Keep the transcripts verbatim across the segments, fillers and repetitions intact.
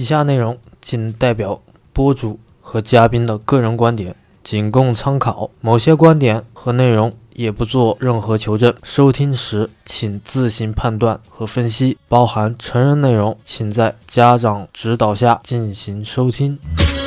以下内容仅代表播主和嘉宾的个人观点，仅供参考，某些观点和内容也不做任何求证，收听时请自行判断和分析，包含成人内容，请在家长指导下进行收听。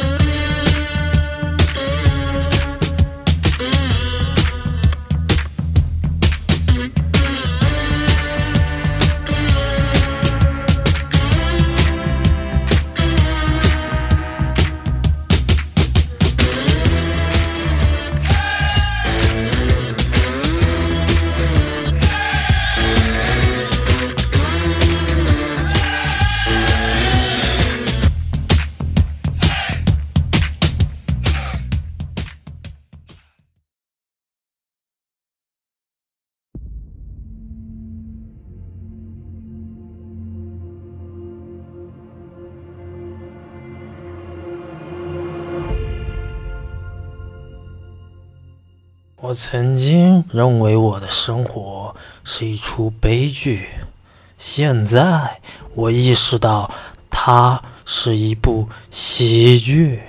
我曾经认为我的生活是一出悲剧，现在我意识到它是一部喜剧。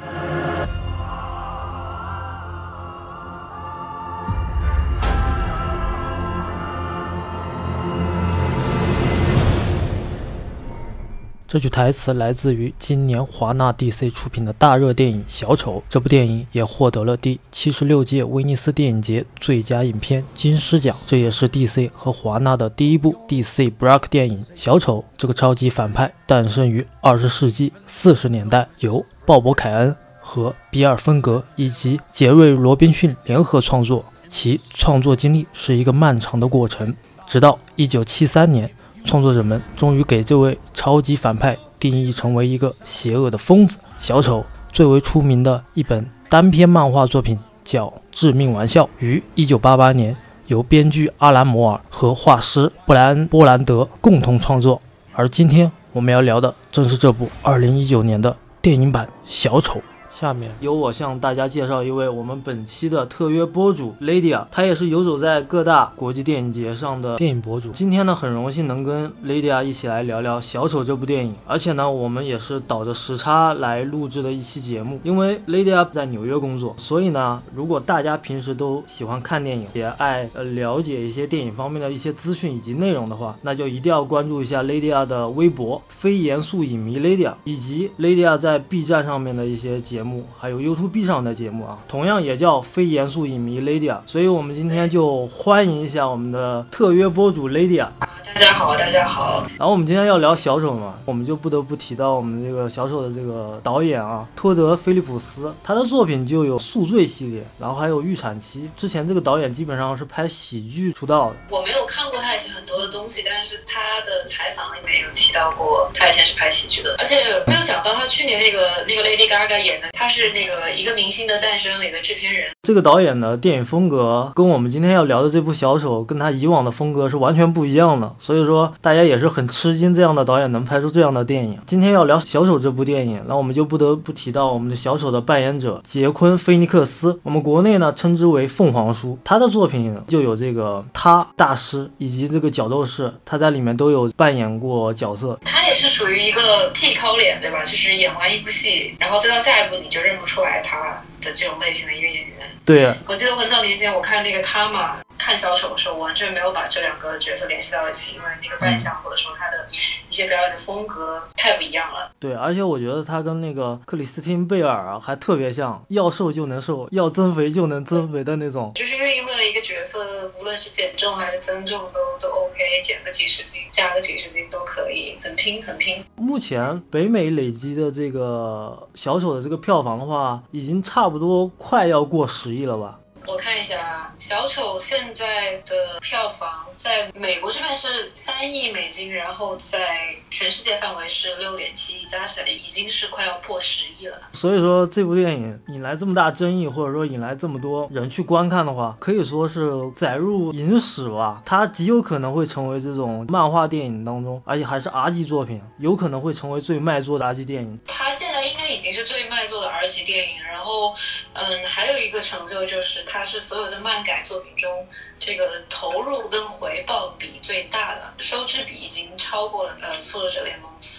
这句台词来自于今年华纳 D C 出品的大热电影《小丑》，这部电影也获得了第七十六届威尼斯电影节最佳影片金狮奖，这也是 D C 和华纳的第一部 D C Block 电影。小丑这个超级反派诞生于二十世纪四十年代，由鲍勃·凯恩和比尔·芬格以及杰瑞·罗宾逊联合创作，其创作经历是一个漫长的过程，直到一九七三年。创作者们终于给这位超级反派定义成为一个邪恶的疯子。小丑最为出名的一本单篇漫画作品叫《致命玩笑》，于一九八八年由编剧阿兰·摩尔和画师布莱恩·波兰德共同创作。而今天我们要聊的正是这部二零一九年的电影版《小丑》。下面由我向大家介绍一位我们本期的特约播主 Lydia， 她也是游走在各大国际电影节上的电影博主。今天呢，很荣幸能跟 Lydia 一起来聊聊《小丑》这部电影，而且呢，我们也是倒着时差来录制的一期节目。因为 Lydia 在纽约工作，所以呢，如果大家平时都喜欢看电影，也爱呃了解一些电影方面的一些资讯以及内容的话，那就一定要关注一下 Lydia 的微博非严肃影迷 Lydia， 以及 Lydia 在 B 站上面的一些节目，还有 YouTube 上的节目啊，同样也叫非严肃影迷 Lydia。 所以我们今天就欢迎一下我们的特约播主 Lydia。 大家好，大家好。 然后我们今天要聊小丑嘛，我们就不得不提到我们这个小丑的这个导演啊，托德·菲利普斯。他的作品就有宿醉系列，然后还有预产期。之前这个导演基本上是拍喜剧出道的。 我没有看过他以前很多的东西，但是他的采访里面有提到过他以前是拍喜剧的，而且没有想到他去年那个那个 Lady Gaga 演的，他是那个一个明星的诞生里的制片人。 这个导演的电影风格跟我们今天要聊的这部小丑跟他以往的风格是完全不一样的，所以说大家也是很吃惊这样的导演能拍出这样的电影。今天要聊小丑这部电影，那我们就不得不提到我们的小丑的扮演者杰昆·菲尼克斯，我们国内呢称之为凤凰叔。他的作品就有这个他大师以及这个角斗士，他在里面都有扮演过角色。 他也是属于一个戏抛脸，对吧？就是演完一部戏，然后再到下一部你就认不出来他的这种类型的一个演员。 对， 我记得很早年前我看那个他嘛，看小丑的时候，我完全没有把这两个角色联系到一起，因为那个扮相或者说他的一些表演的风格太不一样了。 对，而且我觉得他跟那个克里斯汀贝尔啊还特别像，要瘦就能瘦，要增肥就能增肥的那种。 就是因为为了一个角色，无论是减重还是增重都都 OK， 减个几十斤，加个几十斤都可以，很拼很拼。 目前北美累积的这个小丑的这个票房的话，已经差不多快要过十亿了吧。 我看一下，小丑现在的票房在美国这边是三亿美金，然后在全世界范围是六点七亿，加起来已经是快要破十亿了。 所以说这部电影引来这么大争议，或者说引来这么多人去观看的话，可以说是载入影史吧。它极有可能会成为这种漫画电影当中，而且还是 R 级作品，有可能会成为最卖座的 R 级电影。 它现在应该已经是最卖座的 R 级电影，然后嗯，还有一个成就就是它是所有的漫改作品中这个投入跟回报比最大的，收支比已经超过了呃《复仇者联盟四》。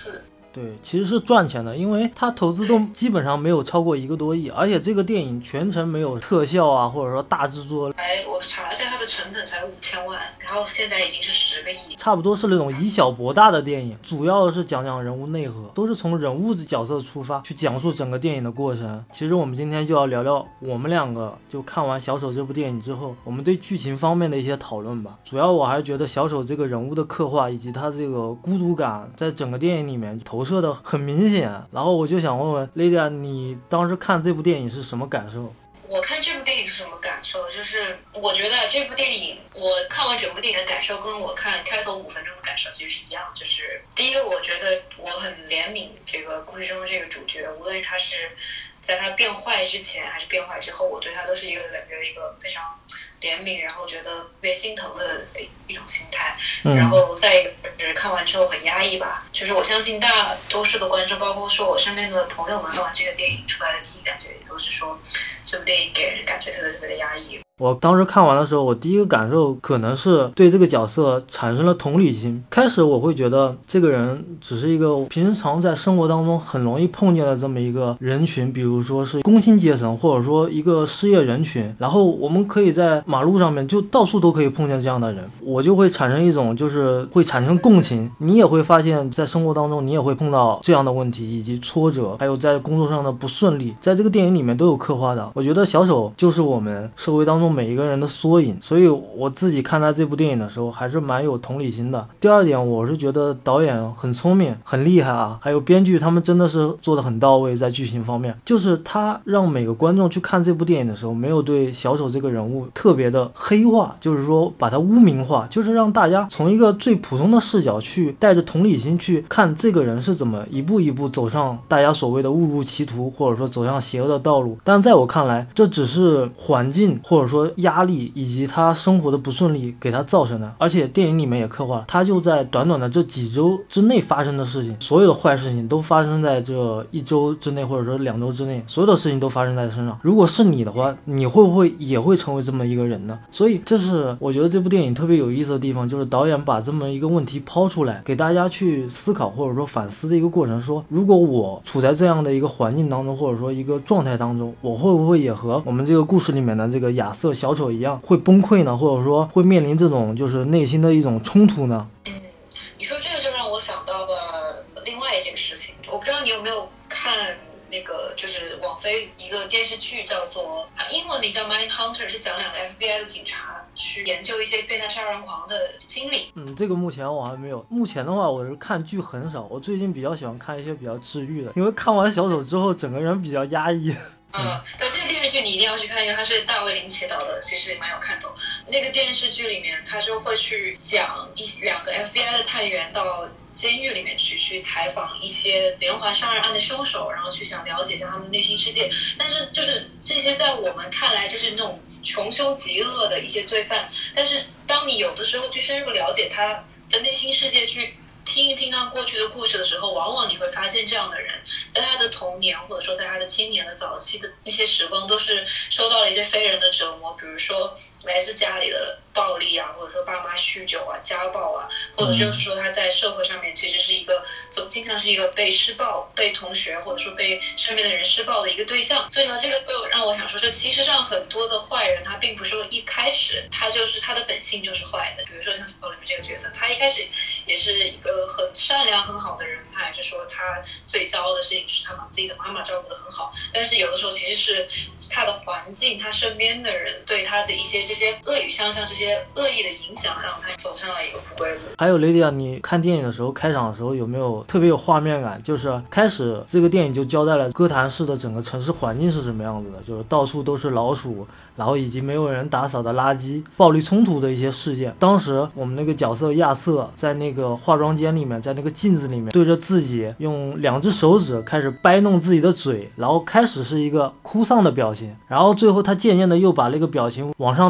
对，其实是赚钱的，因为他投资都基本上没有超过一个多亿，而且这个电影全程没有特效啊，或者说大制作。 哎，我查了一下，它的成本才五千万，然后现在已经是十个亿， 差不多是那种以小博大的电影，主要是讲讲人物内核，都是从人物的角色出发去讲述整个电影的过程。其实我们今天就要聊聊我们两个就看完小丑这部电影之后，我们对剧情方面的一些讨论吧。主要我还是觉得小丑这个人物的刻画以及他这个孤独感在整个电影里面投射的很明显。然后我就想问问 Lydia， 你当时看这部电影是什么感受？ 我看这部电影是什么感受？就是我觉得这部电影，我看完整部电影的感受跟我看开头五分钟的感受其实是一样。就是第一个，我觉得我很怜悯这个故事中的这个主角，无论他是在他变坏之前还是变坏之后，我对他都是一个感觉一个非常怜悯，然后觉得特别心疼的一种心态。 嗯、 然后再一个就是看完之后很压抑吧，就是我相信大多数的观众，包括说我身边的朋友们，看完这个电影出来的第一感觉也都是说，这部电影给人感觉特别特别的压抑。 我当时看完的时候，我第一个感受可能是对这个角色产生了同理心。开始我会觉得这个人只是一个平常在生活当中很容易碰见的这么一个人群，比如说是工薪阶层，或者说一个失业人群，然后我们可以在马路上面就到处都可以碰见这样的人，我就会产生一种就是会产生共情。你也会发现在生活当中你也会碰到这样的问题以及挫折，还有在工作上的不顺利，在这个电影里面都有刻画的。我觉得小丑就是我们社会当中每一个人的缩影，所以我自己看待这部电影的时候还是蛮有同理心的。第二点，我是觉得导演很聪明很厉害啊，还有编剧他们真的是做得很到位。在剧情方面，就是他让每个观众去看这部电影的时候没有对小丑这个人物特别的黑化，就是说把他污名化，就是让大家从一个最普通的视角去带着同理心去看这个人是怎么一步一步走上大家所谓的误入歧途，或者说走向邪恶的道路。但在我看来，这只是环境或者说压力以及他生活的不顺利给他造成的。而且电影里面也刻画，他就在短短的这几周之内发生的事情，所有的坏事情都发生在这一周之内，或者说两周之内，所有的事情都发生在他身上。如果是你的话，你会不会也会成为这么一个人呢？所以这是我觉得这部电影特别有意思的地方，就是导演把这么一个问题抛出来给大家去思考或者说反思的一个过程，说如果我处在这样的一个环境当中，或者说一个状态当中，我会不会也和我们这个故事里面的这个亚瑟小丑一样会崩溃呢？或者说会面临这种就是内心的一种冲突呢？ 嗯，你说这个就让我想到了另外一件事情，我不知道你有没有看那个就是网飞一个电视剧叫做英文名叫 Mindhunter， 是讲两个 F B I 的警察去研究一些变态杀人狂的心理。 嗯，这个目前我还没有。目前的话，我是看剧很少，我最近比较喜欢看一些比较治愈的，因为看完小丑之后，整个人比较压抑。 嗯，对，这个电视剧你一定要去看，因为它是大卫林奇导的，其实也蛮有看头。那个电视剧里面，他就会去讲一两个 F B I 的探员到监狱里面去去采访一些连环杀人案的凶手，然后去想了解一下他们的内心世界。但是就是这些在我们看来就是那种穷凶极恶的一些罪犯，但是当你有的时候去深入了解他的内心世界，去听一听他过去的故事的时候，往往你会发现这样的人在他的童年或者说在他的青年的早期的一些时光都是受到了一些非人的折磨，比如说来自家里的暴力啊，或者说爸妈酗酒啊、家暴啊，或者就是说他在社会上面其实是一个总经常是一个被施暴、被同学或者说被身边的人施暴的一个对象。所以呢，这个就让我想说，这其实上很多的坏人他并不是说一开始他就是他的本性就是坏的。比如说像小丑里面这个角色，他一开始也是一个很善良很好的人，他还是说他最骄傲的事情是他把自己的妈妈照顾得很好，但是有的时候其实是他的环境、他身边的人对他的一些这些恶语相向、这些恶意的影响，让他走上了一个不归路。 还有雷迪亚，你看电影的时候，开场的时候有没有特别有画面感？就是开始这个电影就交代了哥谭市的整个城市环境是什么样子的，就是到处都是老鼠，然后以及没有人打扫的垃圾，暴力冲突的一些事件。当时我们那个角色亚瑟在那个化妆间里面，在那个镜子里面对着自己用两只手指开始掰弄自己的嘴，然后开始是一个哭丧的表情，然后最后他渐渐的又把那个表情往上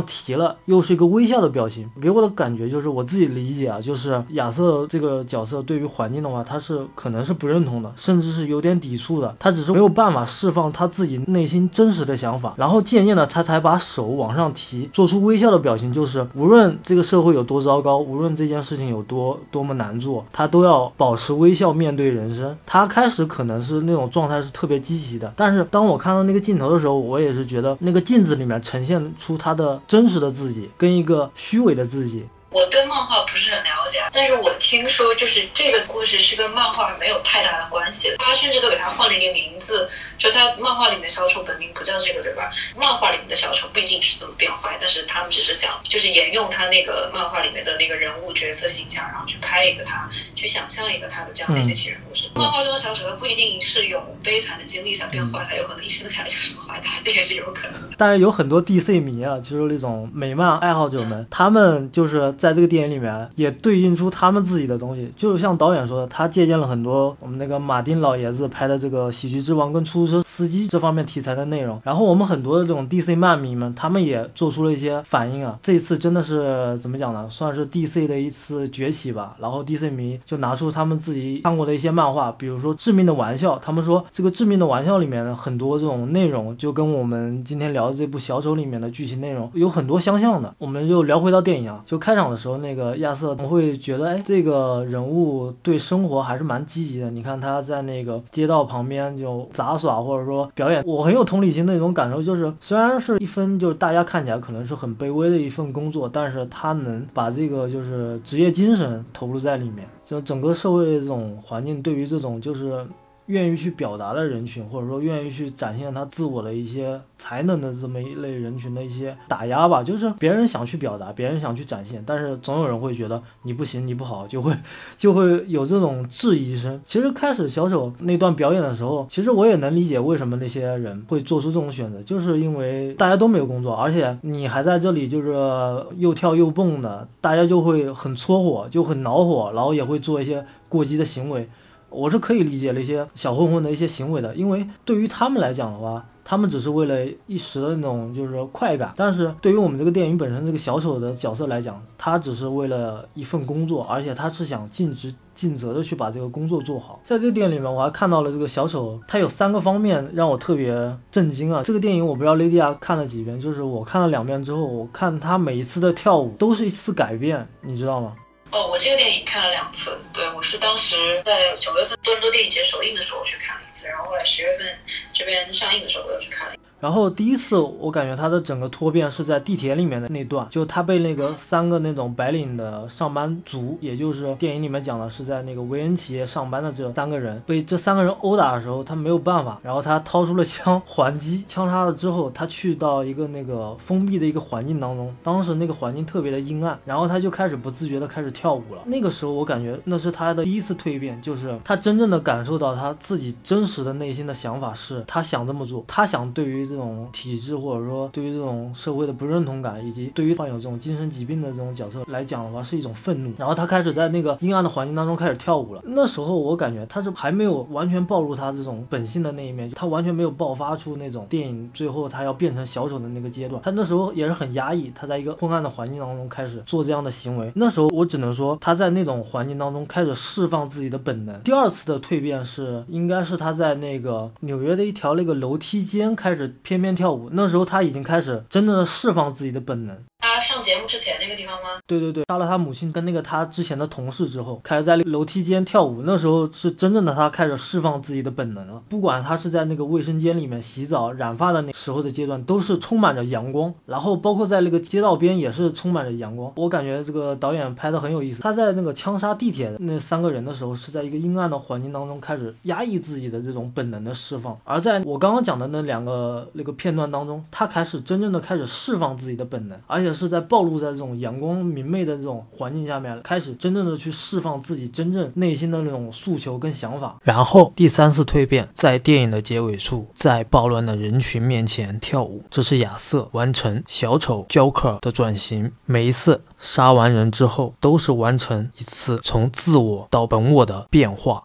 提了又是一个微笑的表情，给我的感觉就是我自己理解啊，就是亚瑟这个角色对于环境的话，他是可能是不认同的，甚至是有点抵触的，他只是没有办法释放他自己内心真实的想法，然后渐渐的他才把手往上提，做出微笑的表情，就是无论这个社会有多糟糕，无论这件事情有多多么难做，他都要保持微笑面对人生。他开始可能是那种状态是特别积极的，但是当我看到那个镜头的时候，我也是觉得那个镜子里面呈现出他的真实的自己跟一个虚伪的自己。 我对漫画不是很了解，但是我听说就是这个故事是跟漫画没有太大的关系，他甚至都给他换了一个名字，就他漫画里面的小丑本名不叫这个，对吧？漫画里面的小丑不一定是这么变坏，但是他们只是想就是沿用他那个漫画里面的那个人物角色形象，然后去拍一个他，去想象一个他的这样的一个起源故事。嗯、漫画中的小丑他不一定是有悲惨的经历才变坏，他有可能一生下来就是个坏蛋，这也是有可能的。 但是有很多 D C 迷啊，就是那种美漫爱好者们，嗯、他们就是在这个电影里面也对应出他们自己的东西，就像导演说的，他借鉴了很多我们那个马丁老爷子拍的这个喜剧之王跟出租车司机这方面题材的内容，然后我们很多的这种 D C 漫迷们，他们也做出了一些反应啊。这一次真的是怎么讲呢，算是 D C 的一次崛起吧。然后 D C 迷就拿出他们自己看过的一些漫画，比如说致命的玩笑，他们说这个致命的玩笑里面的很多这种内容就跟我们今天聊的这部小丑里面的剧情内容有很多相像的。我们就聊回到电影啊，就开场的时候那个亚瑟，我会觉得哎，这个人物对生活还是蛮积极的。你看他在那个街道旁边就杂耍或者说表演，我很有同理心的一种感受，就是虽然是一份就是大家看起来可能是很卑微的一份工作，但是他能把这个就是职业精神投入在里面。就整个社会这种环境对于这种就是愿意去表达的人群，或者说愿意去展现他自我的一些才能的这么一类人群的一些打压吧，就是别人想去表达，别人想去展现，但是总有人会觉得你不行，你不好，就会就会有这种质疑声。其实开始小丑那段表演的时候，其实我也能理解为什么那些人会做出这种选择，就是因为大家都没有工作，而且你还在这里就是又跳又蹦的，大家就会很搓火，就很恼火，然后也会做一些过激的行为。我是可以理解了一些小混混的一些行为的，因为对于他们来讲的话，他们只是为了一时的那种就是快感，但是对于我们这个电影本身这个小丑的角色来讲，他只是为了一份工作，而且他是想尽职尽责的去把这个工作做好。在这个电影里面，我还看到了这个小丑，他有三个方面让我特别震惊啊！这个电影我不知道雷迪亚看了几遍，就是我看了两遍之后，我看他每一次的跳舞都是一次改变，你知道吗？ 哦，我这个电影看了两次，对，我是当时在九月份多伦多电影节首映的时候去看了一次，然后后来十月份这边上映的时候我又去看了一次。 然后第一次我感觉他的整个脱变是在地铁里面的那段，就他被那个三个那种白领的上班族，也就是电影里面讲的是在那个维恩企业上班的这三个人，被这三个人殴打的时候，他没有办法，然后他掏出了枪还击，枪杀了之后，他去到一个那个封闭的一个环境当中，当时那个环境特别的阴暗，然后他就开始不自觉的开始跳舞了。那个时候我感觉那是他的第一次蜕变，就是他真正的感受到他自己真实的内心的想法是他想这么做，他想对于这种体制或者说对于这种社会的不认同感，以及对于患有这种精神疾病的这种角色来讲的话是一种愤怒，然后他开始在那个阴暗的环境当中开始跳舞了。那时候我感觉他是还没有完全暴露他这种本性的那一面，他完全没有爆发出那种电影最后他要变成小丑的那个阶段，他那时候也是很压抑，他在一个昏暗的环境当中开始做这样的行为。那时候我只能说他在那种环境当中开始释放自己的本能。第二次的蜕变是应该是他在那个纽约的一条那个楼梯间开始翩翩跳舞，那时候他已经开始真正的释放自己的本能。 他上节目之前那个地方吗？ 对对对，杀了他母亲跟那个他之前的同事之后，开始在楼梯间跳舞，那时候是真正的他开始释放自己的本能了。不管他是在那个卫生间里面洗澡染发的那时候的阶段，都是充满着阳光，然后包括在那个街道边也是充满着阳光。我感觉这个导演拍的很有意思，他在那个枪杀地铁那三个人的时候，是在一个阴暗的环境当中开始压抑自己的这种本能的释放，而在我刚刚讲的那两个那个片段当中，他开始真正的开始释放自己的本能，而且是在暴露在这种阳光明媚的这种环境下面，开始真正的去释放自己真正内心的那种诉求跟想法。然后第三次蜕变在电影的结尾处，在暴乱的人群面前跳舞，这是亚瑟完成小丑 Joker 的转型。每一次杀完人之后，都是完成一次从自我到本我的变化。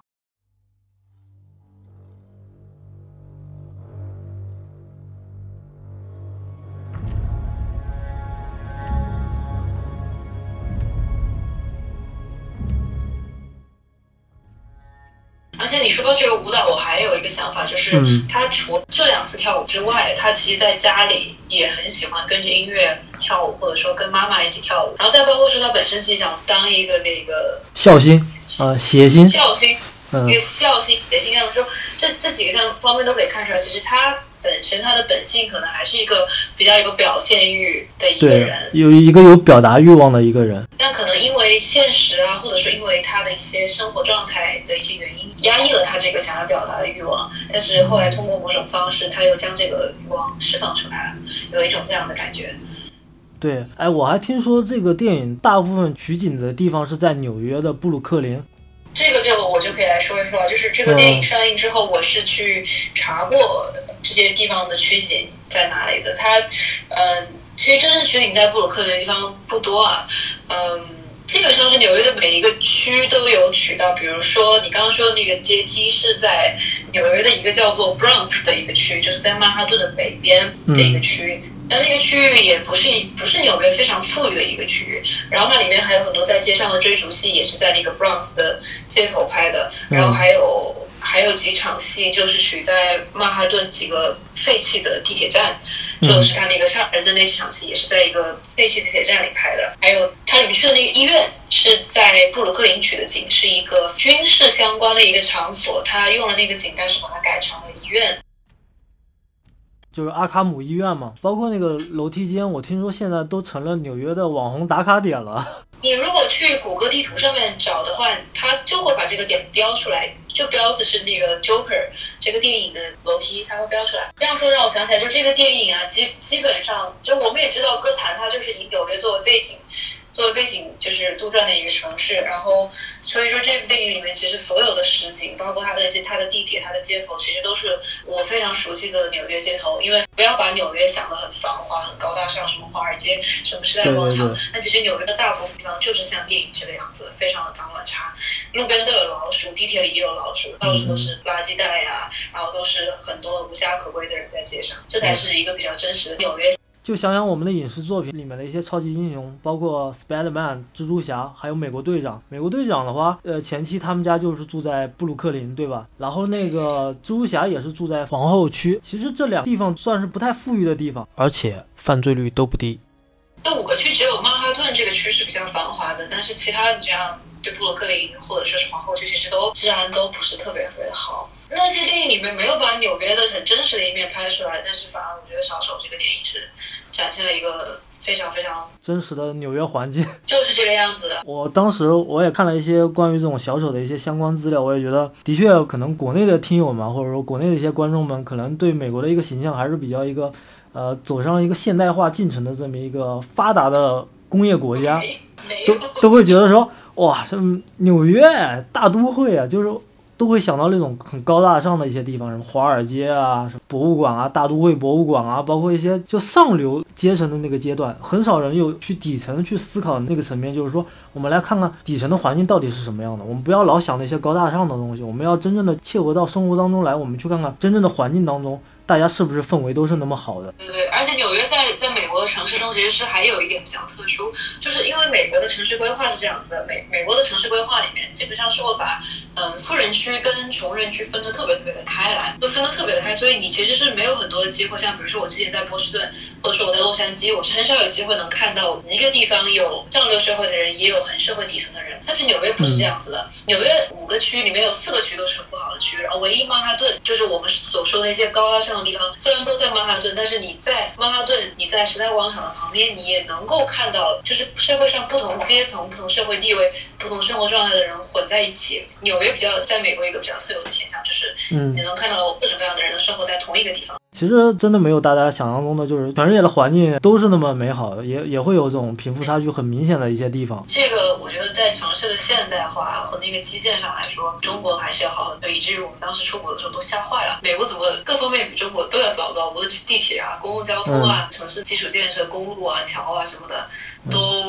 且你说到这个舞蹈，我还有一个想法，就是他除了这两次跳舞之外，他其实在家里也很喜欢跟着音乐跳舞，或者说跟妈妈一起跳舞。然后再包括说他本身其实想当一个那个孝心，呃，谐星， 孝心，一个孝心、谐星，这样说，这这几个项方面都可以看出来，其实他本身他的本性可能还是一个比较有表现欲的一个人， 有一个有表达欲望的一个人。 但可能因为现实啊，或者说因为他的一些生活状态的一些原因，压抑了他这个想要表达的欲望。但是后来通过某种方式，他又将这个欲望释放出来了，有一种这样的感觉。 对，哎，我还听说这个电影大部分取景的地方是在纽约的布鲁克林。 这个就我就可以来说一说，就是这个电影上映之后，我是去查过这些地方的取景在哪里的。它，嗯，其实真正取景在布鲁克林的地方不多啊，嗯，基本上是纽约的每一个区都有取到。比如说你刚刚说的那个阶梯是在纽约的一个叫做 Bronx 的一个区，就是在曼哈顿的北边的一个区域。嗯，但那个区域也不是不是纽约非常富裕的一个区域，然后它里面还有很多在街上的追逐戏，也是在那个 Bronx 的街头拍的，然后还有、嗯、还有几场戏就是取在曼哈顿几个废弃的地铁站，就是他那个杀人的那几场戏也是在一个废弃地铁站里拍的，还有它里面去的那个医院是在布鲁克林取的景，是一个军事相关的一个场所，他用了那个景，但是把它改成了医院。 就是阿卡姆医院嘛，包括那个楼梯间，我听说现在都成了纽约的网红打卡点了。 你如果去谷歌地图上面找的话，它就会把这个点标出来，就标的是那个 Joker 这个电影的楼梯，它会标出来。这样说让我想起来，就这个电影啊，基基本上就我们也知道，歌坛它就是以纽约作为背景。作为背景就是杜撰的一个城市，然后所以说这部电影里面其实所有的实景，包括它的它的地铁、它的街头，其实都是我非常熟悉的纽约街头。因为不要把纽约想得很繁华、很高大上，什么华尔街、什么时代广场，那其实纽约的大部分地方就是像电影这个样子，非常的脏乱差，路边都有老鼠，地铁里也有老鼠，到处都是垃圾袋呀、啊，然后都是很多无家可归的人在街上，这才是一个比较真实的纽约。 就想想我们的影视作品里面的一些超级英雄，包括 Spider-Man 蜘蛛侠，还有美国队长。美国队长的话，呃，前期他们家就是住在布鲁克林，对吧？然后那个蜘蛛侠也是住在皇后区。其实这两个地方算是不太富裕的地方，而且犯罪率都不低。 这五个区只有曼哈顿这个区是比较繁华的，但是其他你这样对布鲁克林或者说是皇后区，其实都治安都不是特别特别好。那些电影里面没有把纽约的很真实的一面拍出来，但是反而我觉得《小丑》这个电影是展现了一个非常非常真实的纽约环境， 就是这个样子的。 我当时我也看了一些关于这种小丑的一些相关资料，我也觉得的确可能国内的听友们或者说国内的一些观众们可能对美国的一个形象还是比较一个呃走上一个现代化进程的这么一个发达的工业国家，都都会觉得说哇，这纽约大都会啊，就是都会想到那种很高大上的一些地方，什么华尔街啊、什么博物馆啊、大都会博物馆啊，包括一些就上流阶层的那个阶段，很少人有去底层去思考那个层面，就是说我们来看看底层的环境到底是什么样的，我们不要老想那些高大上的东西，我们要真正的切合到生活当中来，我们去看看真正的环境当中大家是不是氛围都是那么好的。 对对，而且纽约在在美国的城市中其实是还有一点比较特殊，就是因为美国的城市规划是这样子的，美美国的城市规划里面基本上是会把嗯富人区跟穷人区分得特别特别的开来，都分得特别的开，所以你其实是没有很多的机会，像比如说我之前在波士顿，或者说我在洛杉矶，我是很少有机会能看到一个地方有上流社会的人，也有很社会底层的人。但是纽约不是这样子的，纽约五个区里面有四个区都是很不好的区，然后唯一曼哈顿就是我们所说的一些高大上的地方，虽然都在曼哈顿，但是你在曼哈顿，你在时代广场的旁边，你也能够看到，就是社会上不同阶层、不同社会地位、不同生活状态的人混在一起。纽约比较在美国一个比较特有的现象，就是你能看到各种各样的人的生活在同一个地方。 其实真的没有大家想象中的，就是全世界的环境都是那么美好，也也会有这种贫富差距很明显的一些地方。 这个我觉得在城市的现代化和那个基建上来说，中国还是要好很多，以至于我们当时出国的时候都吓坏了。美国怎么各方面比中国都要糟糕，无论是地铁啊、公共交通啊、嗯、城市基础建设、公路啊、桥啊什么的，都太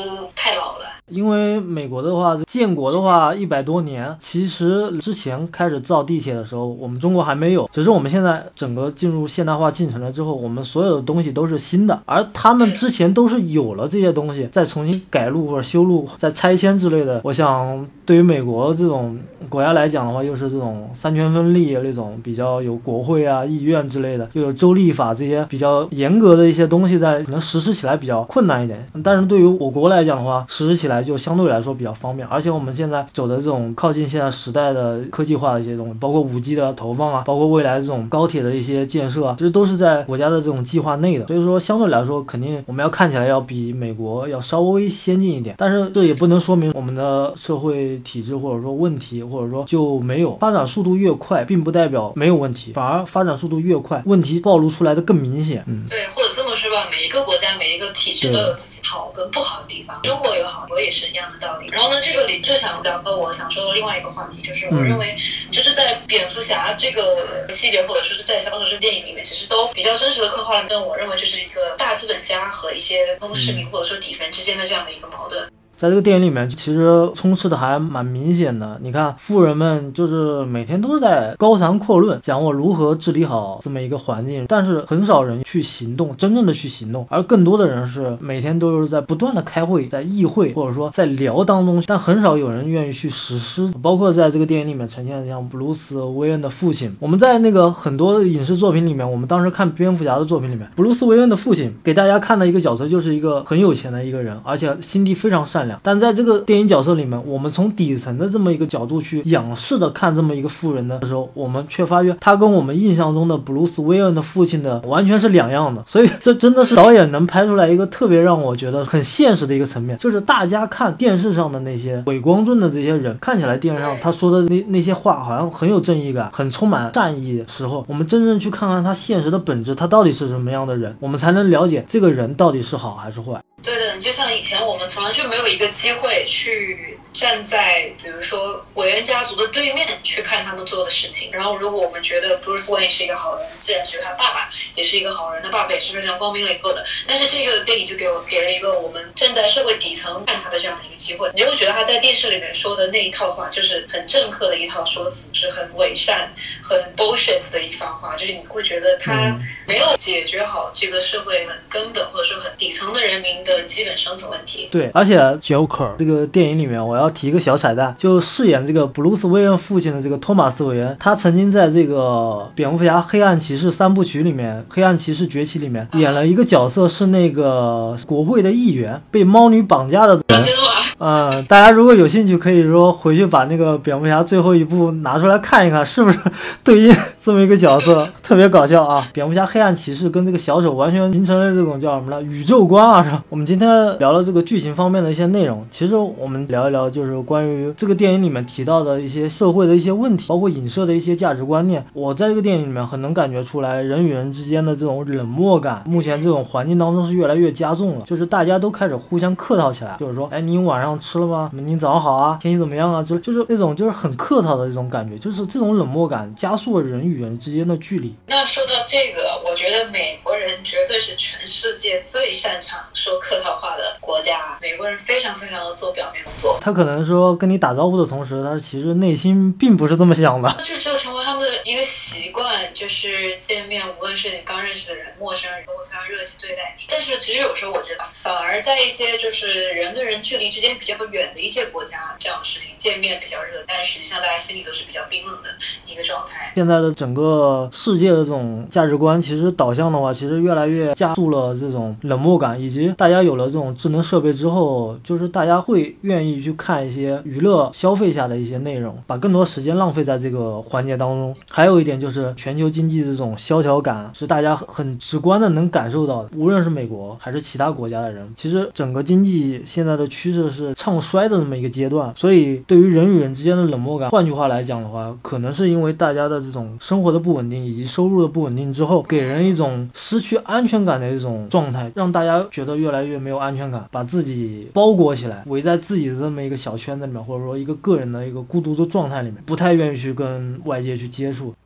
太老了。 因为美国的话，建国的话一百多年，其实之前开始造地铁的时候，我们中国还没有，只是我们现在整个进入现代化进程了之后，我们所有的东西都是新的，而他们之前都是有了这些东西，再重新改路或者修路、再拆迁之类的。我想，对于美国这种国家来讲的话，又是这种三权分立那种比较有国会啊、议院之类的，又有州立法这些比较严格的一些东西在，可能实施起来比较困难一点。但是对于我国来讲的话，实施起来就相对来说比较方便，而且我们现在走的这种靠近现在时代的科技化的一些东西，包括 五 G 的投放啊，包括未来这种高铁的一些建设啊，其实都是在国家的这种计划内的。所以说相对来说，肯定我们要看起来要比美国要稍微先进一点，但是这也不能说明我们的社会体制或者说问题，或者说就没有。发展速度越快，并不代表没有问题，反而发展速度越快，问题暴露出来的更明显。嗯， 对，或者这么说吧，每一个国家、每一个体制都有自己好跟不好的地方。中国有好，我也是一样的道理。然后呢，这个里就想聊到我想说的另外一个话题，就是我认为，就是在蝙蝠侠这个系列，或者说是在小丑这个电影里面，其实都比较真实的刻画了，但我认为这是一个大资本家和一些普通市民或者说底层人之间的这样的一个矛盾。 在这个电影里面，其实充斥的还蛮明显的。你看，富人们就是每天都是在高谈阔论，讲我如何治理好这么一个环境，但是很少人去行动，真正的去行动，而更多的人是每天都是在不断的开会，在议会或者说在聊当中，但很少有人愿意去实施。包括在这个电影里面呈现的像布鲁斯·韦恩的父亲，我们在那个很多影视作品里面，我们当时看蝙蝠侠的作品里面，布鲁斯·韦恩的父亲给大家看的一个角色就是一个很有钱的一个人，而且心地非常善良。但在这个电影角色里面，我们从底层的这么一个角度去仰视的看这么一个富人的时候，我们却发现他跟我们印象中的布鲁斯·韦恩的父亲的完全是两样的。所以这真的是导演能拍出来一个特别让我觉得很现实的一个层面，就是大家看电视上的那些伪光正的这些人，看起来电视上他说的那那些话好像很有正义感，很充满善意的时候，我们真正去看看他现实的本质，他到底是什么样的人，我们才能了解这个人到底是好还是坏。 对的，就像以前我们从来就没有一个机会去站在比如说韦恩家族的对面去看他们做的事情，然后如果我们觉得 Bruce Wayne 是一个好人，自然觉得他爸爸也是一个好人，他爸爸也是非常光明磊落的。但是这个电影就给我给了一个我们站在社会底层看他的这样的一个机会，你就会觉得他在电视里面说的那一套话就是很政客的一套说辞，是很伪善很 bullshit 的一番话，就是你会觉得他没有解决好这个社会很根本或者说很底层的人民的基本生存问题。 对，而且 Joker 这个电影里面，我要提一个小彩蛋，就饰演这个布鲁斯·韦恩父亲的这个托马斯·韦恩，他曾经在这个蝙蝠侠黑暗骑士三部曲里面，黑暗骑士崛起里面演了一个角色，是那个国会的议员，被猫女绑架的人。 真的吗？ 嗯，大家如果有兴趣，可以说回去把那个蝙蝠侠最后一部拿出来看一看，是不是对应这么一个角色，特别搞笑啊！蝙蝠侠黑暗骑士跟这个小丑完全形成了这种叫什么呢？宇宙观啊，是吧？我们今天聊了这个剧情方面的一些内容，其实我们聊一聊就是关于这个电影里面提到的一些社会的一些问题，包括影射的一些价值观念。我在这个电影里面很能感觉出来，人与人之间的这种冷漠感，目前这种环境当中是越来越加重了，就是大家都开始互相客套起来，就是说，哎，你晚上吃了吗？你早上好啊，天气怎么样啊？就就是那种就是很客套的这种感觉，就是这种冷漠感加速了人与人之间的距离。 那说到这个，我觉得美国人绝对是全世界最擅长说客套话的国家。美国人非常非常的做表面工作， 他可能说跟你打招呼的同时，他其实内心并不是这么想的。 这就成为他们的一个习惯，就是见面，无论是你刚认识的人、陌生人，都会非常热情对待你。但是其实有时候我觉得，反而在一些就是人跟人距离之间比较远的一些国家，这样的事情见面比较热，但实际上大家心里都是比较冰冷的一个状态。 现在的整个世界的这种价值观，其实导向的话，其实越来越加速了这种冷漠感，以及大家有了这种智能设备之后，就是大家会愿意去看一些娱乐消费下的一些内容，把更多时间浪费在这个环节当中。还有一点就是全球经济这种萧条感是大家很直观的能感受到的，无论是美国还是其他国家的人，其实整个经济现在的趋势是唱衰的这么一个阶段，所以对于人与人之间的冷漠感，换句话来讲的话，可能是因为大家的这种生活的不稳定以及收入的不稳定之后，给人一种失去安全感的一种状态，让大家觉得越来越没有安全感，把自己包裹起来，围在自己的这么一个小圈子里面，或者说一个个人的一个孤独的状态里面，不太愿意去跟外界去接触。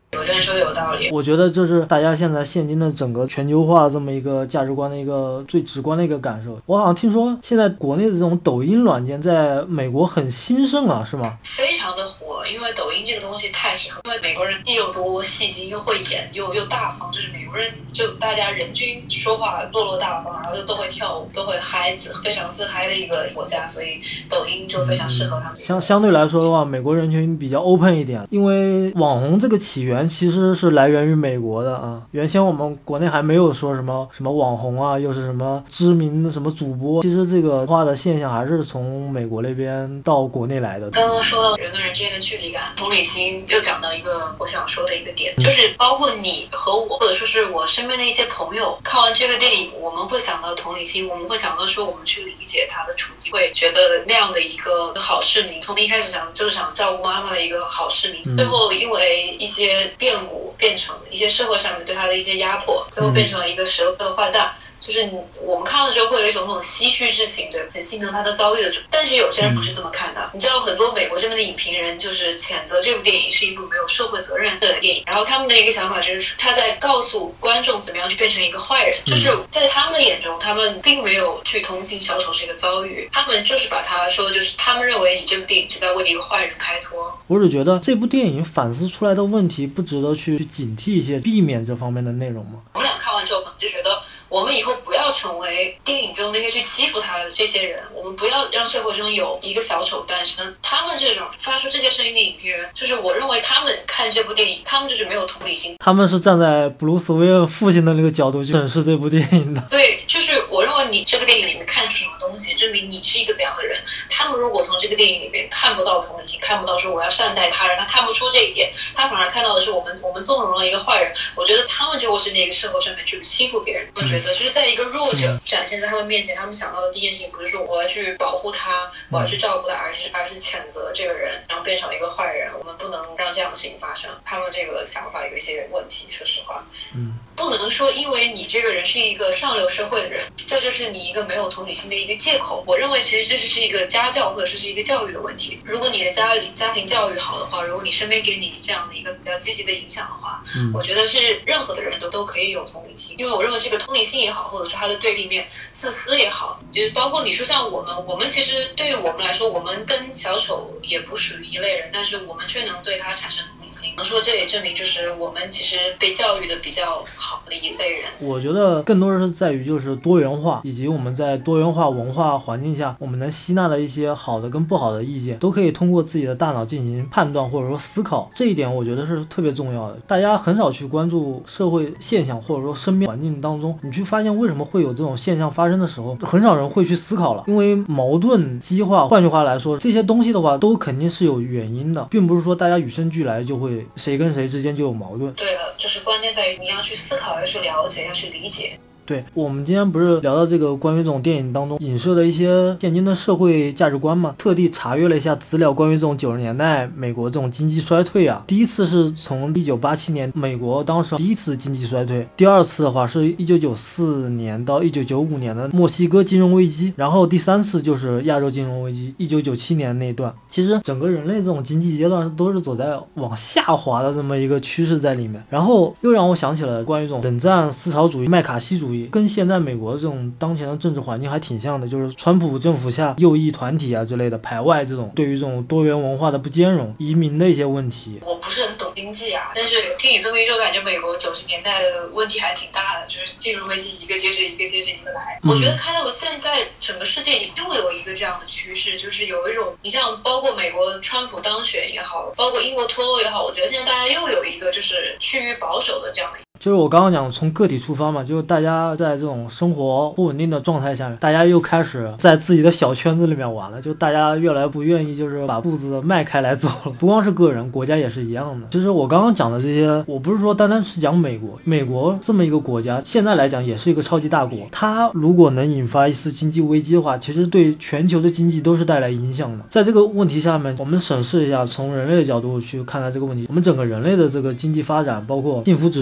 有的人说有道理。 我觉得这是大家现在现今的整个全球化这么一个价值观的一个最直观的一个感受。我好像听说现在国内的这种抖音软件在美国很兴盛啊，是吗？ 非常的火，因为抖音这个东西太适合，因为美国人既又多戏精又会演又又大方，就是美国人就大家人均说话落落大方，然后就都会跳舞都会嗨，非常自嗨的一个国家，所以抖音就非常适合他们。 相相对来说的话，美国人群比较 open 一点，因为网红这个起源其实是来源于美国的啊。原先我们国内还没有说什么什么网红啊，又是什么知名的什么主播，其实这个化的现象还是从美国那边到国内来的。 刚刚说到人跟人之间的距离感，同理心又讲到一个我想说的一个点，就是包括你和我，或者说是我身边的一些朋友，看完这个电影，我们会想到同理心，我们会想到说我们去理解他的处境，会觉得那样的一个好市民，从一开始想就是想照顾妈妈的一个好市民，最后因为一些变故变成一些社会上面对他的一些压迫，最后变成了一个十恶的坏蛋。就是你我们看到的时候会有一种那种唏嘘之情，对，很心疼他的遭遇的。但是有些人不是这么看的。你知道很多美国这边的影评人就是谴责这部电影是一部没有社会责任的电影，然后他们的一个想法就是他在告诉观众怎么样去变成一个坏人，就是在他们的眼中，他们并没有去同情小丑这个遭遇，他们就是把他说就是他们认为你这部电影是在为一个坏人开脱。 我只觉得这部电影反思出来的问题不值得去去警惕一些，避免这方面的内容吗？ 我们俩看完之后可能就觉得我们以后不要成为电影中那些去欺负他的这些人，我们不要让社会中有一个小丑诞生。他们这种发出这些声音的影评人，就是我认为他们看这部电影，他们就是没有同理心， 他们是站在布鲁斯威恩父亲的那个角度去审视这部电影的。 对，就是我认为你这个电影里面看出什么东西，证明你是一个怎样的人。他们如果从这个电影里面看不到同理心，看不到说我要善待他人，他看不出这一点，他反而看到的是我们我们纵容了一个坏人。我觉得他们就会是那个社会上面去欺负别人。我觉得就是在一个弱者展现在他们面前，他们想到的第一件事情不是说我要去保护他，我要去照顾他，而是而是谴责这个人，然后变成了一个坏人。我们不能让这样的事情发生。他们这个想法有一些问题，说实话。嗯。不能说因为你这个人是一个上流社会的人，这就是你一个没有同理心的一个借口。我认为其实这是一个家教或者是一个教育的问题。如果你的家里家庭教育好的话，如果你身边给你这样的一个比较积极的影响的话，嗯、我觉得是任何的人都都可以有同理心。因为我认为这个同理心也好，或者说他的对立面自私也好，就是包括你说像我们，我们其实对于我们来说，我们跟小丑也不属于一类人，但是我们却能对他产生同理心。能说这也证明就是我们其实被教育的比较好的一类人。 我觉得更多的是在于就是多元化，以及我们在多元化文化环境下，我们能吸纳的一些好的跟不好的意见，都可以通过自己的大脑进行判断或者说思考。这一点我觉得是特别重要的。大家很少去关注社会现象，或者说身边环境当中，你去发现为什么会有这种现象发生的时候，很少人会去思考了。因为矛盾激化，换句话来说，这些东西的话都肯定是有原因的，并不是说大家与生俱来就会谁跟谁之间就有矛盾。 对了，就是关键在于你要去思考，要去了解，要去理解。 对，我们今天不是聊到这个关于这种电影当中影射的一些现今的社会价值观嘛？特地查阅了一下资料，关于这种九十年代美国这种经济衰退啊，第一次是从一九八七年美国当时第一次经济衰退，第二次的话是一九九四年到一九九五年的墨西哥金融危机，然后第三次就是亚洲金融危机，一九九七年那段。其实整个人类这种经济阶段都是走在往下滑的这么一个趋势在里面，然后又让我想起了关于这种冷战思潮主义、麦卡锡主义。跟现在美国这种当前的政治环境还挺像的，就是川普政府下右翼团体啊之类的排外，这种对于这种多元文化的不兼容、移民的一些问题。 我不是很懂经济啊，但是听你这么一说，感觉美国九十年代的问题还挺大的，就是金融危机一个接着一个接着一个来。嗯、我觉得看到现在整个世界又有一个这样的趋势，就是有一种，你像包括美国川普当选也好，包括英国脱欧也好，我觉得现在大家又有一个就是趋于保守的这样的。 就是我刚刚讲从个体出发嘛，就是大家在这种生活不稳定的状态下面，大家又开始在自己的小圈子里面玩了，就大家越来不愿意就是把步子迈开来走了。不光是个人，国家也是一样的。其实我刚刚讲的这些，我不是说单单是讲美国，美国这么一个国家，现在来讲也是一个超级大国，它如果能引发一次经济危机的话，其实对全球的经济都是带来影响的。在这个问题下面，我们审视一下，从人类的角度去看待这个问题，我们整个人类的这个经济发展，包括幸福指数都是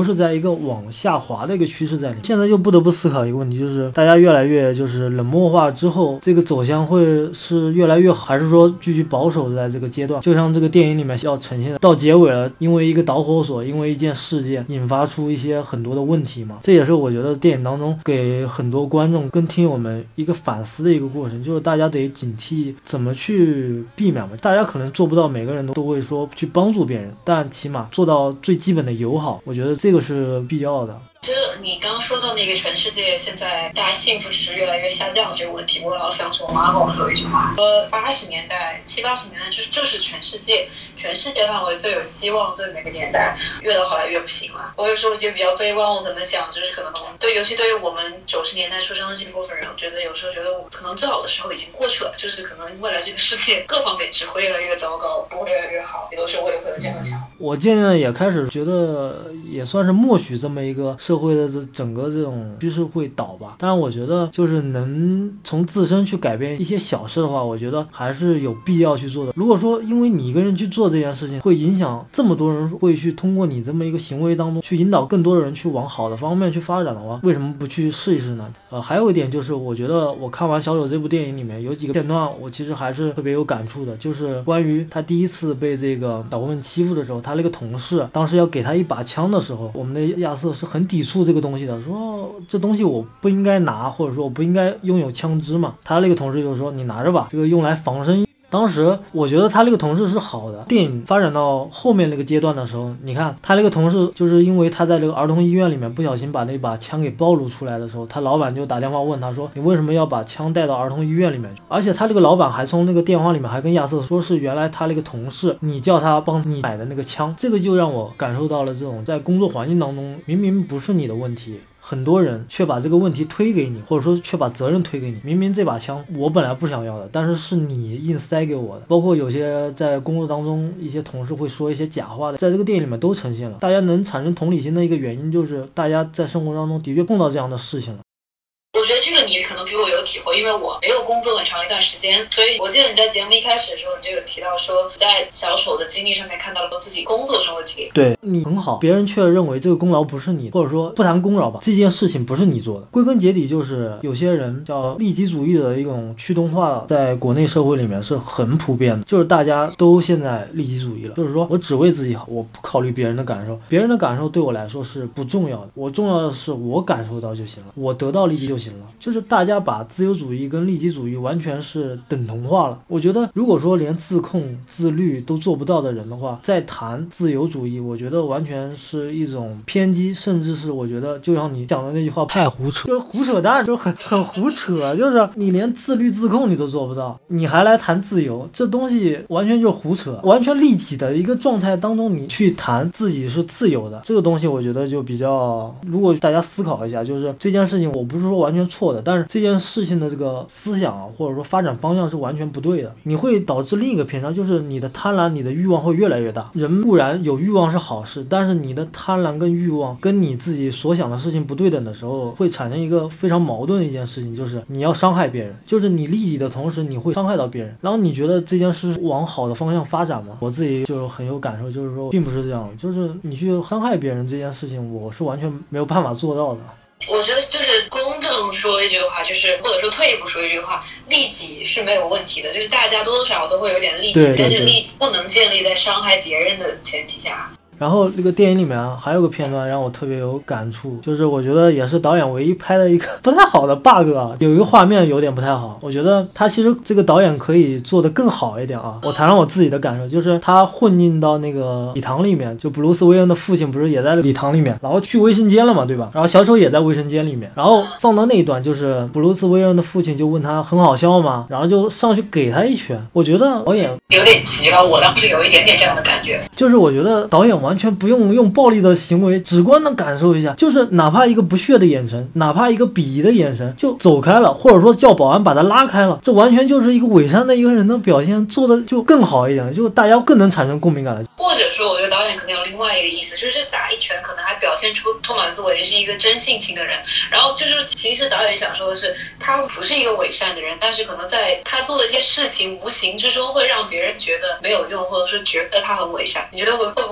是在一个往下滑的一个趋势在里面。现在就不得不思考一个问题，就是大家越来越就是冷漠化之后，这个走向会是越来越好，还是说继续保守在这个阶段？就像这个电影里面要呈现的，到结尾了，因为一个导火索，因为一件事件引发出一些很多的问题嘛。这也是我觉得电影当中给很多观众跟听友们一个反思的一个过程，就是大家得警惕怎么去避免嘛。大家可能做不到每个人都都会说去帮助别人，但起码做到最基本的友好，我觉得这个是必要的。 就你刚刚说到那个全世界现在大家幸福指数越来越下降的这个问题，我老想起我妈跟我说一句话，说八十年代七八十年代就就是全世界全世界范围最有希望的那个年代，越到后来越不行了。我有时候就比较悲观，我可能想就是可能对，尤其对于我们九十年代出生的这部分人，我觉得有时候觉得我可能最好的时候已经过去了，就是可能未来这个世界各方面只会越来越糟糕，不会越来越好。有时候我也会有这样的想法。 我渐渐也开始觉得也算是默许这么一个社会的这整个这种趋势会倒吧。当然我觉得就是能从自身去改变一些小事的话，我觉得还是有必要去做的。如果说因为你一个人去做这件事情会影响这么多人，会去通过你这么一个行为当中去引导更多的人去往好的方面去发展的话，为什么不去试一试呢？呃，还有一点就是我觉得我看完小丑这部电影里面有几个片段我其实还是特别有感触的，就是关于他第一次被这个小混混欺负的时候，他那个同事当时要给他一把枪的时候，我们的亚瑟是很抵触这个东西的，说这东西我不应该拿，或者说我不应该拥有枪支嘛。他那个同事就说你拿着吧，这个用来防身。当时我觉得他那个同事是好的。电影发展到后面那个阶段的时候，你看他那个同事就是因为他在这个儿童医院里面不小心把那把枪给暴露出来的时候，他老板就打电话问他说你为什么要把枪带到儿童医院里面去？而且他这个老板还从那个电话里面还跟亚瑟说是原来他那个同事你叫他帮你买的那个枪。这个就让我感受到了这种在工作环境当中明明不是你的问题，很多人却把这个问题推给你，或者说却把责任推给你。明明这把枪我本来不想要的，但是是你硬塞给我的。包括有些在工作当中一些同事会说一些假话的，在这个电影里面都呈现了。大家能产生同理心的一个原因就是大家在生活当中的确碰到这样的事情了。 我觉得这个你可能比我有体会，因为我没有工作很长一段时间，所以我记得你在节目一开始的时候，你就有提到说，在小丑的经历上面看到了自己工作中的经历。 对，你很好，别人却认为这个功劳不是你，或者说不谈功劳吧，这件事情不是你做的。归根结底就是有些人叫利己主义的一种驱动化，在国内社会里面是很普遍的，就是大家都现在利己主义了，就是说我只为自己好，我不考虑别人的感受，别人的感受对我来说是不重要的，我重要的是我感受到就行了，我得到利益就行了。就是大家把自由主义跟利己主义完全是等同化了。我觉得如果说连自控自律都做不到的人的话，再谈自由主义，我觉得完全是一种偏激，甚至是我觉得就像你讲的那句话太胡扯，就是胡扯淡，就是很很胡扯，就是你连自律自控你都做不到，你还来谈自由，这东西完全就是胡扯。完全利己的一个状态当中你去谈自己是自由的，这个东西我觉得就比较，如果大家思考一下，就是这件事情我不是说完全错的，但是这件事情的这个思想或者说发展方向是完全不对的，你会导致另一个偏差，就是你的贪婪你的欲望会越来越大。人固然有欲望是好事，但是你的贪婪跟欲望跟你自己所想的事情不对等的时候，会产生一个非常矛盾的一件事情，就是你要伤害别人，就是你利己的同时你会伤害到别人，然后你觉得这件事往好的方向发展吗？我自己就很有感受，就是说并不是这样，就是你去伤害别人这件事情我是完全没有办法做到的。 我觉得就是公正说一句话，就是或者说退一步说一句话，利己是没有问题的，就是大家多多少少都会有点利己， 对对对， 但是利己不能建立在伤害别人的前提下。 然后这个电影里面啊，还有个片段让我特别有感触，就是我觉得也是导演唯一拍的一个不太好的 bug 啊，有一个画面有点不太好，我觉得他其实这个导演可以做得更好一点啊。我谈谈我自己的感受，就是他混进到那个礼堂里面，就布鲁斯·韦恩的父亲不是也在礼堂里面，然后去卫生间了嘛，对吧？然后小丑也在卫生间里面，然后放到那一段，就是布鲁斯·韦恩的父亲就问他很好笑吗？然后就上去给他一拳。我觉得导演有点急了，我当时有一点点这样的感觉， 就是我觉得导演完全不用用暴力的行为，直观的感受一下，就是哪怕一个不屑的眼神，哪怕一个鄙夷的眼神就走开了，或者说叫保安把他拉开了，这完全就是一个伪善的一个人的表现，做的就更好一点，就大家更能产生共鸣感了。 或者说我觉得导演可能有另外一个意思，就是打一拳可能还表现出托马斯·韦恩是一个真性情的人，然后就是其实导演想说的是他不是一个伪善的人，但是可能在他做的一些事情无形之中会让别人觉得没有用，或者是觉得他很伪善。你觉得会会不会有这样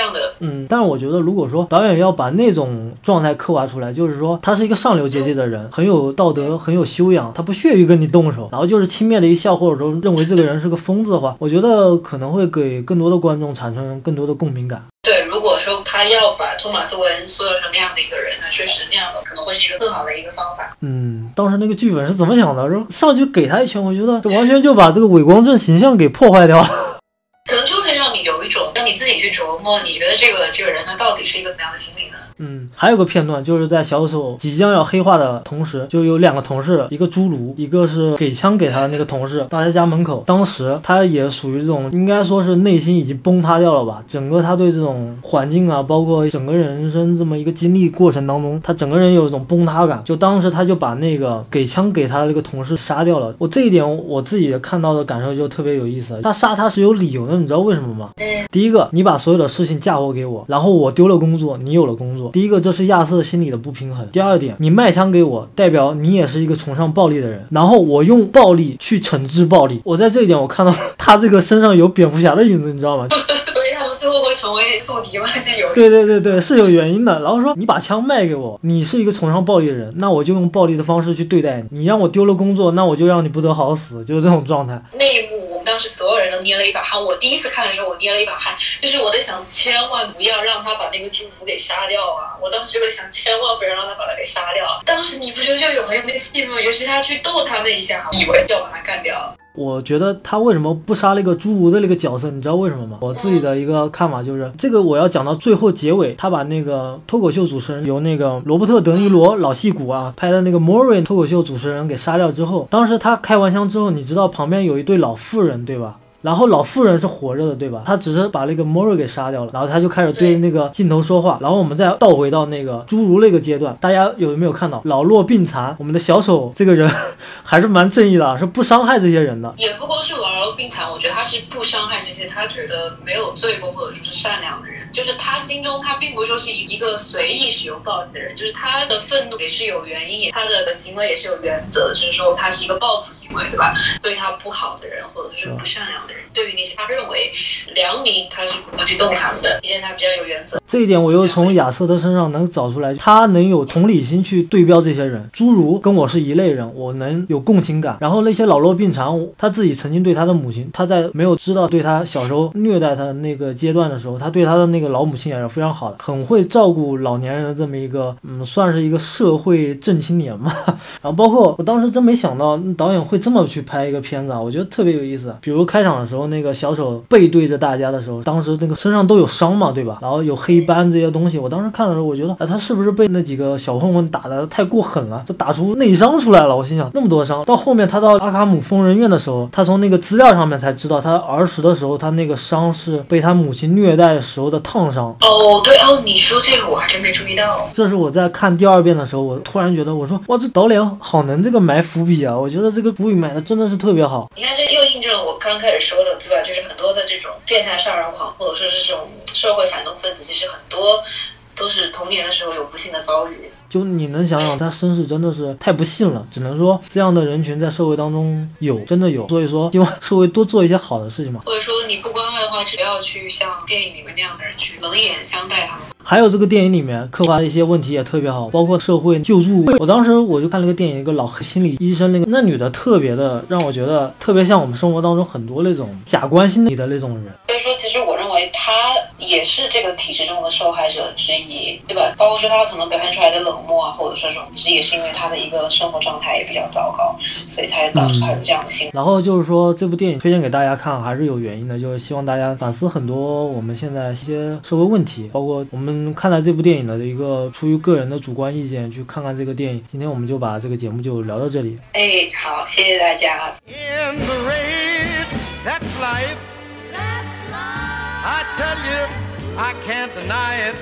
样的。 嗯，但是我觉得如果说导演要把那种状态刻画出来，就是说他是一个上流阶级的人，很有道德，很有修养，他不屑于跟你动手，然后就是轻蔑的一笑，或者说认为这个人是个疯子的话，我觉得可能会给更多的观众产生更多的共鸣感。 对，如果说他要把托马斯·韦恩塑造成那样的一个人，那确实那样的可能会是一个更好的一个方法。 嗯，当时那个剧本是怎么想的？上去给他一拳，我觉得这完全就把这个伪光正形象给破坏掉了。 可能就会让你有一种让你自己去琢磨，你觉得这个这个人他到底是一个怎么样的心理呢？ 嗯，还有个片段就是在小丑即将要黑化的同时，就有两个同事，一个侏儒，一个是给枪给他的那个同事，到他家门口。当时他也属于这种，应该说是内心已经崩塌掉了吧。整个他对这种环境啊，包括整个人生这么一个经历过程当中，他整个人有一种崩塌感。就当时他就把那个给枪给他的那个同事杀掉了。我这一点我自己看到的感受就特别有意思。他杀他是有理由的，你知道为什么吗？ 嗯， 第一个，你把所有的事情嫁祸给我，然后我丢了工作，你有了工作。第一个，这是亚瑟心里的不平衡。第二点，你卖枪给我，代表你也是一个崇尚暴力的人，然后我用暴力去惩治暴力。我在这一点我看到他这个身上有蝙蝠侠的影子，你知道吗？ 所以他们最后会成为宿敌吗？这有对对对对，是有原因的。然后说你把枪卖给我，你是一个崇尚暴力的人，那我就用暴力的方式去对待你。你让我丢了工作，那我就让你不得好死，就是这种状态。 那一幕我们当时所有人都捏了一把汗。我第一次看的时候我捏了一把汗，就是我在想千万不要让他把那个祝福给杀掉啊！我当时就在想千万不要让他把他给杀掉。当时你不觉得就有很有那个气氛吗？尤其他去逗他那一下，以为要把他干掉。 我觉得他为什么不杀那个侏儒的那个角色，你知道为什么吗？我自己的一个看法就是，这个我要讲到最后结尾，他把那个脱口秀主持人由那个罗伯特·德尼罗老戏骨啊拍的那个莫瑞脱口秀主持人给杀掉之后，当时他开完枪之后，你知道旁边有一对老妇人对吧？然后老妇人是活着的对吧？他只是把那个莫瑞给杀掉了，然后他就开始对那个镜头说话。然后我们再倒回到那个侏儒那个阶段，大家有没有看到老弱病残，我们的小丑这个人还是蛮正义的，是不伤害这些人的。 也不光是老弱病残，我觉得他是不伤害这些他觉得没有罪过或者说是善良的人，就是他心中他并不说是一个随意使用暴力的人，就是他的愤怒也是有原因，他的行为也是有原则，就是说他是一个报复行为，对吧？对他不好的人或者是不善良的人，对于那些他认为良民，他是不会去动他们的，因为他比较有原则。 这一点我又从亚瑟的身上能找出来，他能有同理心去对标这些人。侏儒跟我是一类人，我能有共情感。然后那些老弱病残，他自己曾经对他的母亲，他在没有知道对他小时候虐待他的那个阶段的时候，他对他的那个老母亲也是非常好的，很会照顾老年人的这么一个，嗯，算是一个社会正青年嘛。然后包括我当时真没想到导演会这么去拍一个片子啊，我觉得特别有意思。比如开场的时候，那个小丑背对着大家的时候，当时那个身上都有伤嘛，对吧？然后有黑斑这些东西，我当时看的时候，我觉得，哎，他是不是被那几个小混混打得太过狠了，就打出内伤出来了？我心想，那么多伤。到后面他到阿卡姆疯人院的时候，他从那个资料上面才知道，他儿时的时候，他那个伤是被他母亲虐待时候的烫伤。 哦，对哦，你说这个我还真没注意到。 这是我在看第二遍的时候，我突然觉得，我说，哇，这导演好能这个埋伏笔啊！我觉得这个伏笔埋的真的是特别好。 你看，这又印证了我刚开始说的，对吧？就是很多的这种变态杀人狂，或者说是这种社会反动分子，其实很多都是童年的时候有不幸的遭遇。 就你能想想，他身世真的是太不幸了，只能说这样的人群在社会当中有，真的有。所以说，希望社会多做一些好的事情嘛。 或者说你不关爱的话，不要去像电影里面那样的人去冷眼相待他们。 还有这个电影里面刻画的一些问题也特别好，包括社会救助。我当时我就看了个电影，一个老心理医生，那个那女的特别的让我觉得特别像我们生活当中很多那种假关心你的那种人。 所以说，其实我认为他也是这个体制中的受害者之一，对吧？包括说他可能表现出来的冷漠啊，或者说这种，其实也是因为他的一个生活状态也比较糟糕，所以才导致他有这样的心理。 嗯、然后就是说，这部电影推荐给大家看还是有原因的，就是希望大家反思很多我们现在一些社会问题，包括我们看待这部电影的一个出于个人的主观意见去看看这个电影。今天我们就把这个节目就聊到这里。 哎，好，谢谢大家。 In the race, that's life. That's life. I tell you, I can't deny it.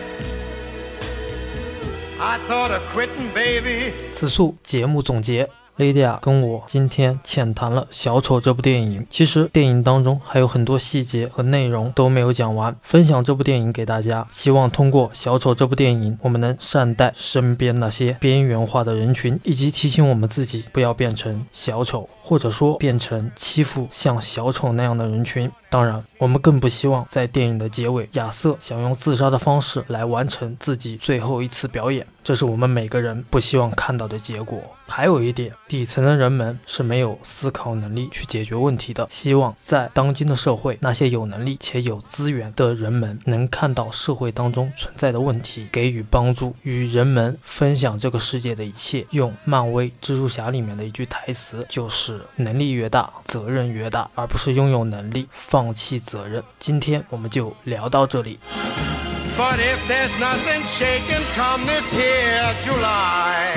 I thought of quitting, baby. 此处节目总结。Lydia 跟我今天浅谈了《小丑》这部电影，其实电影当中还有很多细节和内容都没有讲完，分享这部电影给大家，希望通过《小丑》这部电影，我们能善待身边那些边缘化的人群，以及提醒我们自己不要变成小丑，或者说变成欺负像小丑那样的人群。 当然，我们更不希望在电影的结尾，亚瑟想用自杀的方式来完成自己最后一次表演，这是我们每个人不希望看到的结果。还有一点，底层的人们是没有思考能力去解决问题的，希望在当今的社会，那些有能力且有资源的人们能看到社会当中存在的问题，给予帮助，与人们分享这个世界的一切。用漫威蜘蛛侠里面的一句台词，就是能力越大，责任越大，而不是拥有能力放弃责任。今天我们就聊到这里。 But if there's nothing shaking come this here July,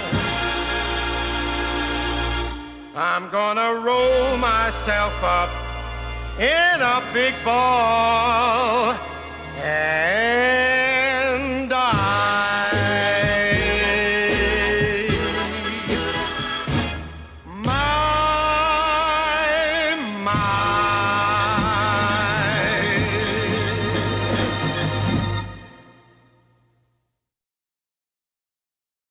I'm gonna roll myself up in a big ball and